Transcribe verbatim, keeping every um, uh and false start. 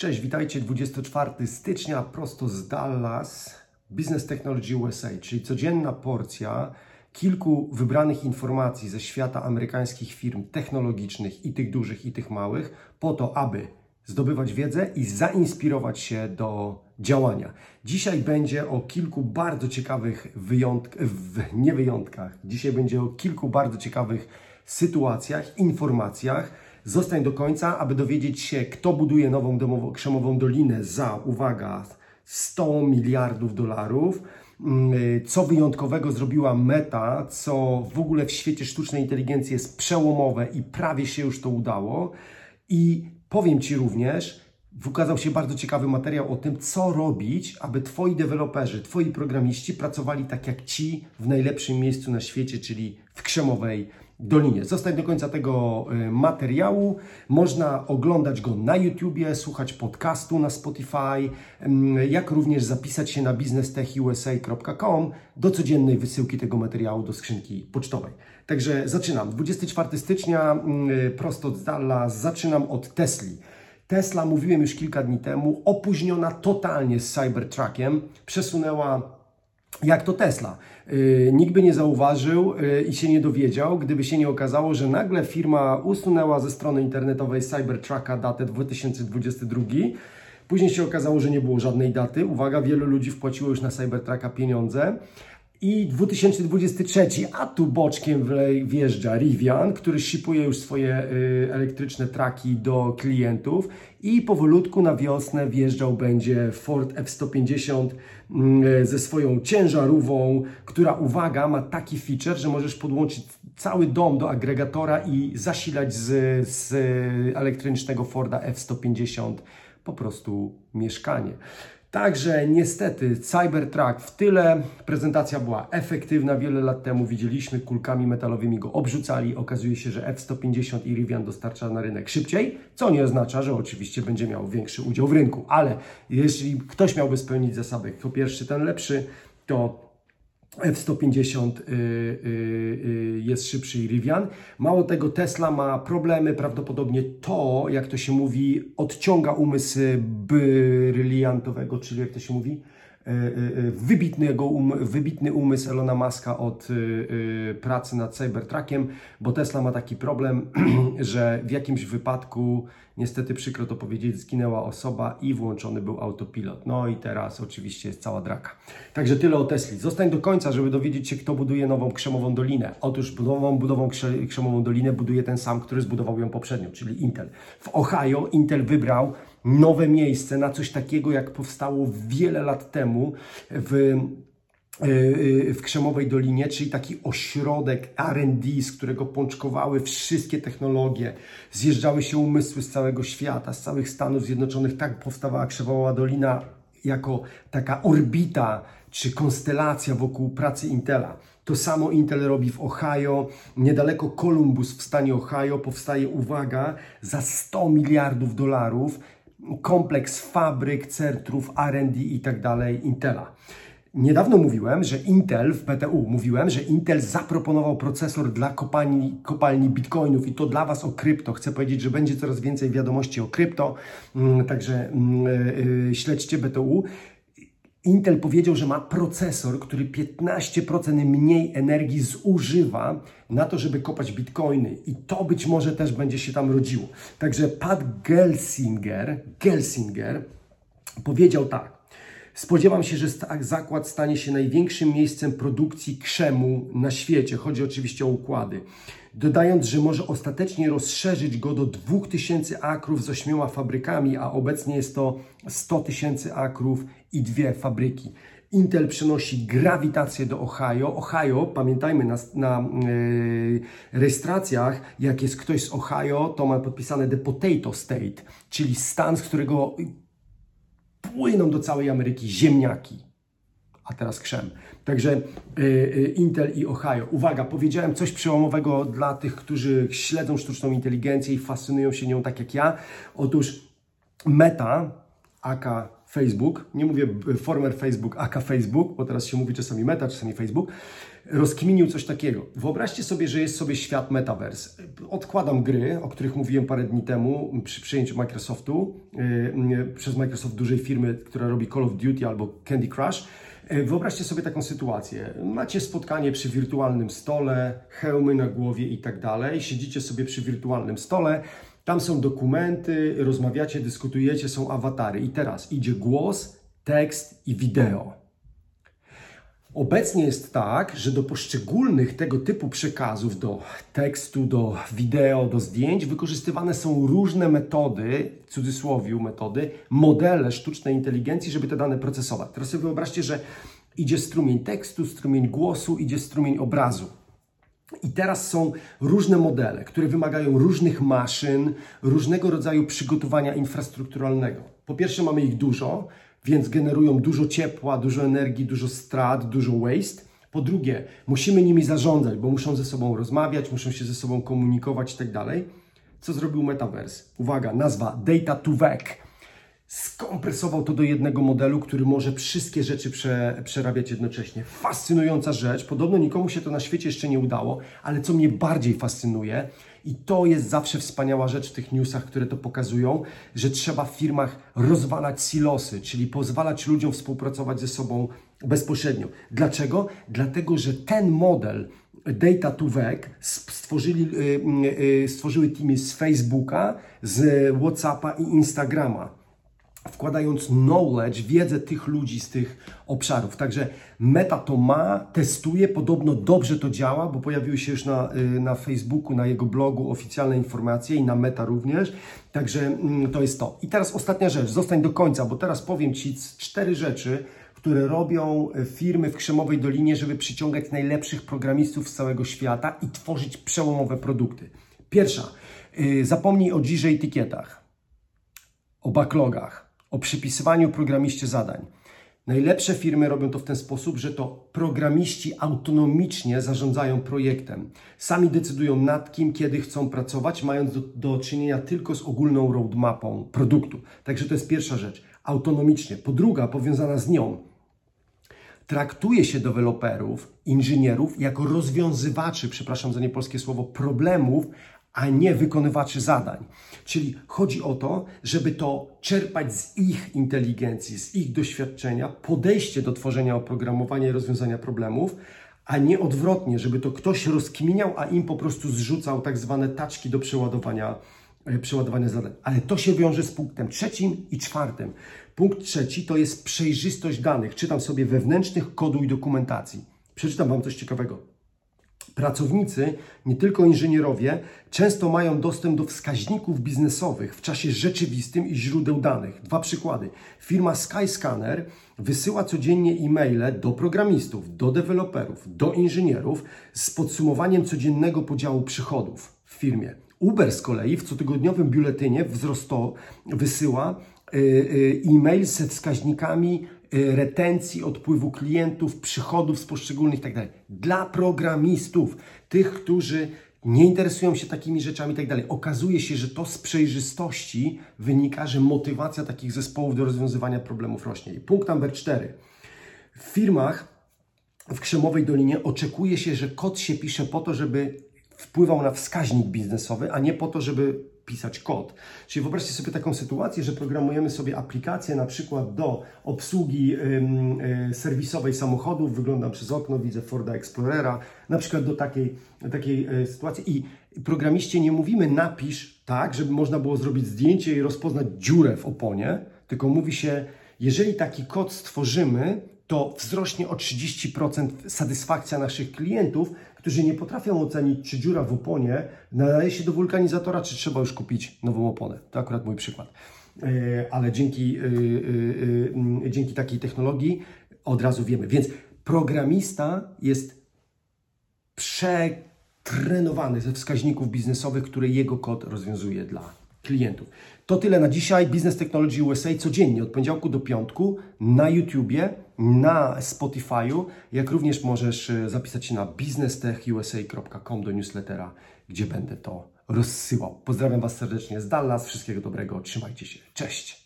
Cześć, witajcie dwudziestego czwartego stycznia prosto z Dallas, Business Technology U S A, czyli codzienna porcja kilku wybranych informacji ze świata amerykańskich firm technologicznych i tych dużych, i tych małych, po to, aby zdobywać wiedzę i zainspirować się do działania. Dzisiaj będzie o kilku bardzo ciekawych wyjątkach, nie wyjątkach, dzisiaj będzie o kilku bardzo ciekawych sytuacjach, informacjach. Zostań do końca, aby dowiedzieć się, kto buduje nową domową, krzemową dolinę za, uwaga, sto miliardów dolarów, co wyjątkowego zrobiła Meta, co w ogóle w świecie sztucznej inteligencji jest przełomowe i prawie się już to udało. I powiem Ci również, ukazał się bardzo ciekawy materiał o tym, co robić, aby Twoi deweloperzy, Twoi programiści pracowali tak jak Ci w najlepszym miejscu na świecie, czyli w krzemowej dolinie. Zostań do końca tego materiału. Można oglądać go na YouTubie, słuchać podcastu na Spotify, jak również zapisać się na business tech u s a kropka com do codziennej wysyłki tego materiału do skrzynki pocztowej. Także zaczynam. dwudziestego czwartego stycznia, prosto z Dallas, zaczynam od Tesli. Tesla, mówiłem już kilka dni temu, opóźniona totalnie z Cybertruckiem, przesunęła. Jak to Tesla? Yy, nikt by nie zauważył yy, i się nie dowiedział, gdyby się nie okazało, że nagle firma usunęła ze strony internetowej Cybertrucka datę dwa tysiące dwudziesty drugi. Później się okazało, że nie było żadnej daty. Uwaga, wielu ludzi wpłaciło już na Cybertrucka pieniądze. I dwa tysiące dwudziesty trzeci, a tu boczkiem wjeżdża Rivian, który shipuje już swoje y, elektryczne traki do klientów i powolutku na wiosnę wjeżdżał będzie Ford F sto pięćdziesiąt y, ze swoją ciężarówką, która, uwaga, ma taki feature, że możesz podłączyć cały dom do agregatora i zasilać z, z elektrycznego Forda F sto pięćdziesiąt po prostu mieszkanie. Także niestety Cybertruck w tyle, prezentacja była efektywna, wiele lat temu widzieliśmy, kulkami metalowymi go obrzucali, okazuje się, że F sto pięćdziesiąt i Rivian dostarcza na rynek szybciej, co nie oznacza, że oczywiście będzie miał większy udział w rynku, ale jeśli ktoś miałby spełnić zasady, kto pierwszy, ten lepszy, to F sto pięćdziesiąt y, y, y, jest szybszy i Rivian. Mało tego, Tesla ma problemy, prawdopodobnie to, jak to się mówi, odciąga umysł bryliantowego, czyli jak to się mówi, y, y, wybitnego um, wybitny umysł Elona Muska od y, y, pracy nad Cybertruckiem, bo Tesla ma taki problem, że w jakimś wypadku, niestety przykro to powiedzieć, zginęła osoba i włączony był autopilot. No i teraz oczywiście jest cała draka. Także tyle o Tesli. Zostań do końca, żeby dowiedzieć się, kto buduje nową krzemową dolinę. Otóż nową budową krzemową dolinę buduje ten sam, który zbudował ją poprzednio, czyli Intel. W Ohio Intel wybrał nowe miejsce na coś takiego, jak powstało wiele lat temu w w Krzemowej Dolinie, czyli taki ośrodek R and D, z którego pączkowały wszystkie technologie, zjeżdżały się umysły z całego świata, z całych Stanów Zjednoczonych. Tak powstawała Krzemowa Dolina jako taka orbita czy konstelacja wokół pracy Intela. To samo Intel robi w Ohio, niedaleko Columbus w stanie Ohio powstaje, uwaga, za sto miliardów dolarów kompleks fabryk, centrów R and D i tak dalej Intela. Niedawno mówiłem, że Intel w P T U, mówiłem, że Intel zaproponował procesor dla kopalni, kopalni bitcoinów i to dla Was o krypto. Chcę powiedzieć, że będzie coraz więcej wiadomości o krypto, także yy, śledźcie P T U. Intel powiedział, że ma procesor, który piętnaście procent mniej energii zużywa na to, żeby kopać bitcoiny i to być może też będzie się tam rodziło. Także Pat Gelsinger, Gelsinger powiedział tak. Spodziewam się, że zakład stanie się największym miejscem produkcji krzemu na świecie. Chodzi oczywiście o układy. Dodając, że może ostatecznie rozszerzyć go do dwóch tysięcy akrów z ośmioma fabrykami, a obecnie jest to sto tysięcy akrów i dwie fabryki. Intel przenosi grawitację do Ohio. Ohio, pamiętajmy, na, na yy, rejestracjach, jak jest ktoś z Ohio, to ma podpisane The Potato State, czyli stan, z którego płyną do całej Ameryki ziemniaki, a teraz krzem. Także y, y, Intel i Ohio. Uwaga, powiedziałem coś przełomowego dla tych, którzy śledzą sztuczną inteligencję i fascynują się nią tak jak ja. Otóż Meta, aka Facebook, nie mówię former Facebook, aka Facebook, bo teraz się mówi czasami Meta, czasami Facebook, rozkminił coś takiego. Wyobraźcie sobie, że jest sobie świat Metaverse. Odkładam gry, o których mówiłem parę dni temu przy przejęciu Microsoftu, yy, przez Microsoft dużej firmy, która robi Call of Duty albo Candy Crush. Yy, wyobraźcie sobie taką sytuację. Macie spotkanie przy wirtualnym stole, hełmy na głowie i tak dalej. Siedzicie sobie przy wirtualnym stole, tam są dokumenty, rozmawiacie, dyskutujecie, są awatary. I teraz idzie głos, tekst i wideo. Obecnie jest tak, że do poszczególnych tego typu przekazów, do tekstu, do wideo, do zdjęć wykorzystywane są różne metody, w cudzysłowie metody, modele sztucznej inteligencji, żeby te dane procesować. Teraz sobie wyobraźcie, że idzie strumień tekstu, strumień głosu, idzie strumień obrazu. I teraz są różne modele, które wymagają różnych maszyn, różnego rodzaju przygotowania infrastrukturalnego. Po pierwsze mamy ich dużo, więc generują dużo ciepła, dużo energii, dużo strat, dużo waste. Po drugie, musimy nimi zarządzać, bo muszą ze sobą rozmawiać, muszą się ze sobą komunikować i tak dalej. Co zrobił Metaverse? Uwaga, nazwa Data to Vec. Skompresował to do jednego modelu, który może wszystkie rzeczy prze, przerabiać jednocześnie. Fascynująca rzecz. Podobno nikomu się to na świecie jeszcze nie udało, ale co mnie bardziej fascynuje, i to jest zawsze wspaniała rzecz w tych newsach, które to pokazują, że trzeba w firmach rozwalać silosy, czyli pozwalać ludziom współpracować ze sobą bezpośrednio. Dlaczego? Dlatego, że ten model Data to Vec stworzyli, stworzyły teamy z Facebooka, z WhatsAppa i Instagrama, wkładając knowledge, wiedzę tych ludzi z tych obszarów. Także Meta to ma, testuje, podobno dobrze to działa, bo pojawiły się już na, na Facebooku, na jego blogu oficjalne informacje i na Meta również. Także to jest to. I teraz ostatnia rzecz, zostań do końca, bo teraz powiem Ci cztery rzeczy, które robią firmy w Krzemowej Dolinie, żeby przyciągać najlepszych programistów z całego świata i tworzyć przełomowe produkty. Pierwsza, zapomnij o Jirze i etykietach, o backlogach, o przypisywaniu programiście zadań. Najlepsze firmy robią to w ten sposób, że to programiści autonomicznie zarządzają projektem. Sami decydują nad kim, kiedy chcą pracować, mając do, do czynienia tylko z ogólną roadmapą produktu. Także to jest pierwsza rzecz. Autonomicznie. Po druga, powiązana z nią, traktuje się deweloperów, inżynierów jako rozwiązywaczy, przepraszam za niepolskie słowo, problemów, a nie wykonywaczy zadań. Czyli chodzi o to, żeby to czerpać z ich inteligencji, z ich doświadczenia, podejście do tworzenia oprogramowania i rozwiązania problemów, a nie odwrotnie, żeby to ktoś rozkminiał, a im po prostu zrzucał tak zwane taczki do przeładowania, przeładowania zadań. Ale to się wiąże z punktem trzecim i czwartym. Punkt trzeci to jest przejrzystość danych. Czytam sobie wewnętrznych kodu i dokumentacji. Przeczytam Wam coś ciekawego. Pracownicy, nie tylko inżynierowie, często mają dostęp do wskaźników biznesowych w czasie rzeczywistym i źródeł danych. Dwa przykłady. Firma Skyscanner wysyła codziennie e-maile do programistów, do deweloperów, do inżynierów z podsumowaniem codziennego podziału przychodów w firmie. Uber z kolei w cotygodniowym biuletynie wzrosto wysyła e-mail ze wskaźnikami retencji, odpływu klientów, przychodów z poszczególnych itd. Dla programistów, tych, którzy nie interesują się takimi rzeczami itd. Okazuje się, że to z przejrzystości wynika, że motywacja takich zespołów do rozwiązywania problemów rośnie. I punkt numer cztery. W firmach w Krzemowej Dolinie oczekuje się, że kod się pisze po to, żeby wpływał na wskaźnik biznesowy, a nie po to, żeby pisać kod. Czyli wyobraźcie sobie taką sytuację, że programujemy sobie aplikację na przykład do obsługi yy, yy, serwisowej samochodów, wyglądam przez okno, widzę Forda Explorera, na przykład do takiej, takiej yy, sytuacji i programiście nie mówimy napisz tak, żeby można było zrobić zdjęcie i rozpoznać dziurę w oponie, tylko mówi się, jeżeli taki kod stworzymy, to wzrośnie o trzydzieści procent satysfakcja naszych klientów, którzy nie potrafią ocenić, czy dziura w oponie nadaje się do wulkanizatora, czy trzeba już kupić nową oponę. To akurat mój przykład. Ale dzięki, dzięki takiej technologii od razu wiemy. Więc programista jest przetrenowany ze wskaźników biznesowych, które jego kod rozwiązuje dla klientów. To tyle na dzisiaj. Business Technology U S A codziennie od poniedziałku do piątku na YouTubie, na Spotify'u, jak również możesz zapisać się na business tech u s a kropka com do newslettera, gdzie będę to rozsyłał. Pozdrawiam Was serdecznie z Dallas. Wszystkiego dobrego. Trzymajcie się. Cześć!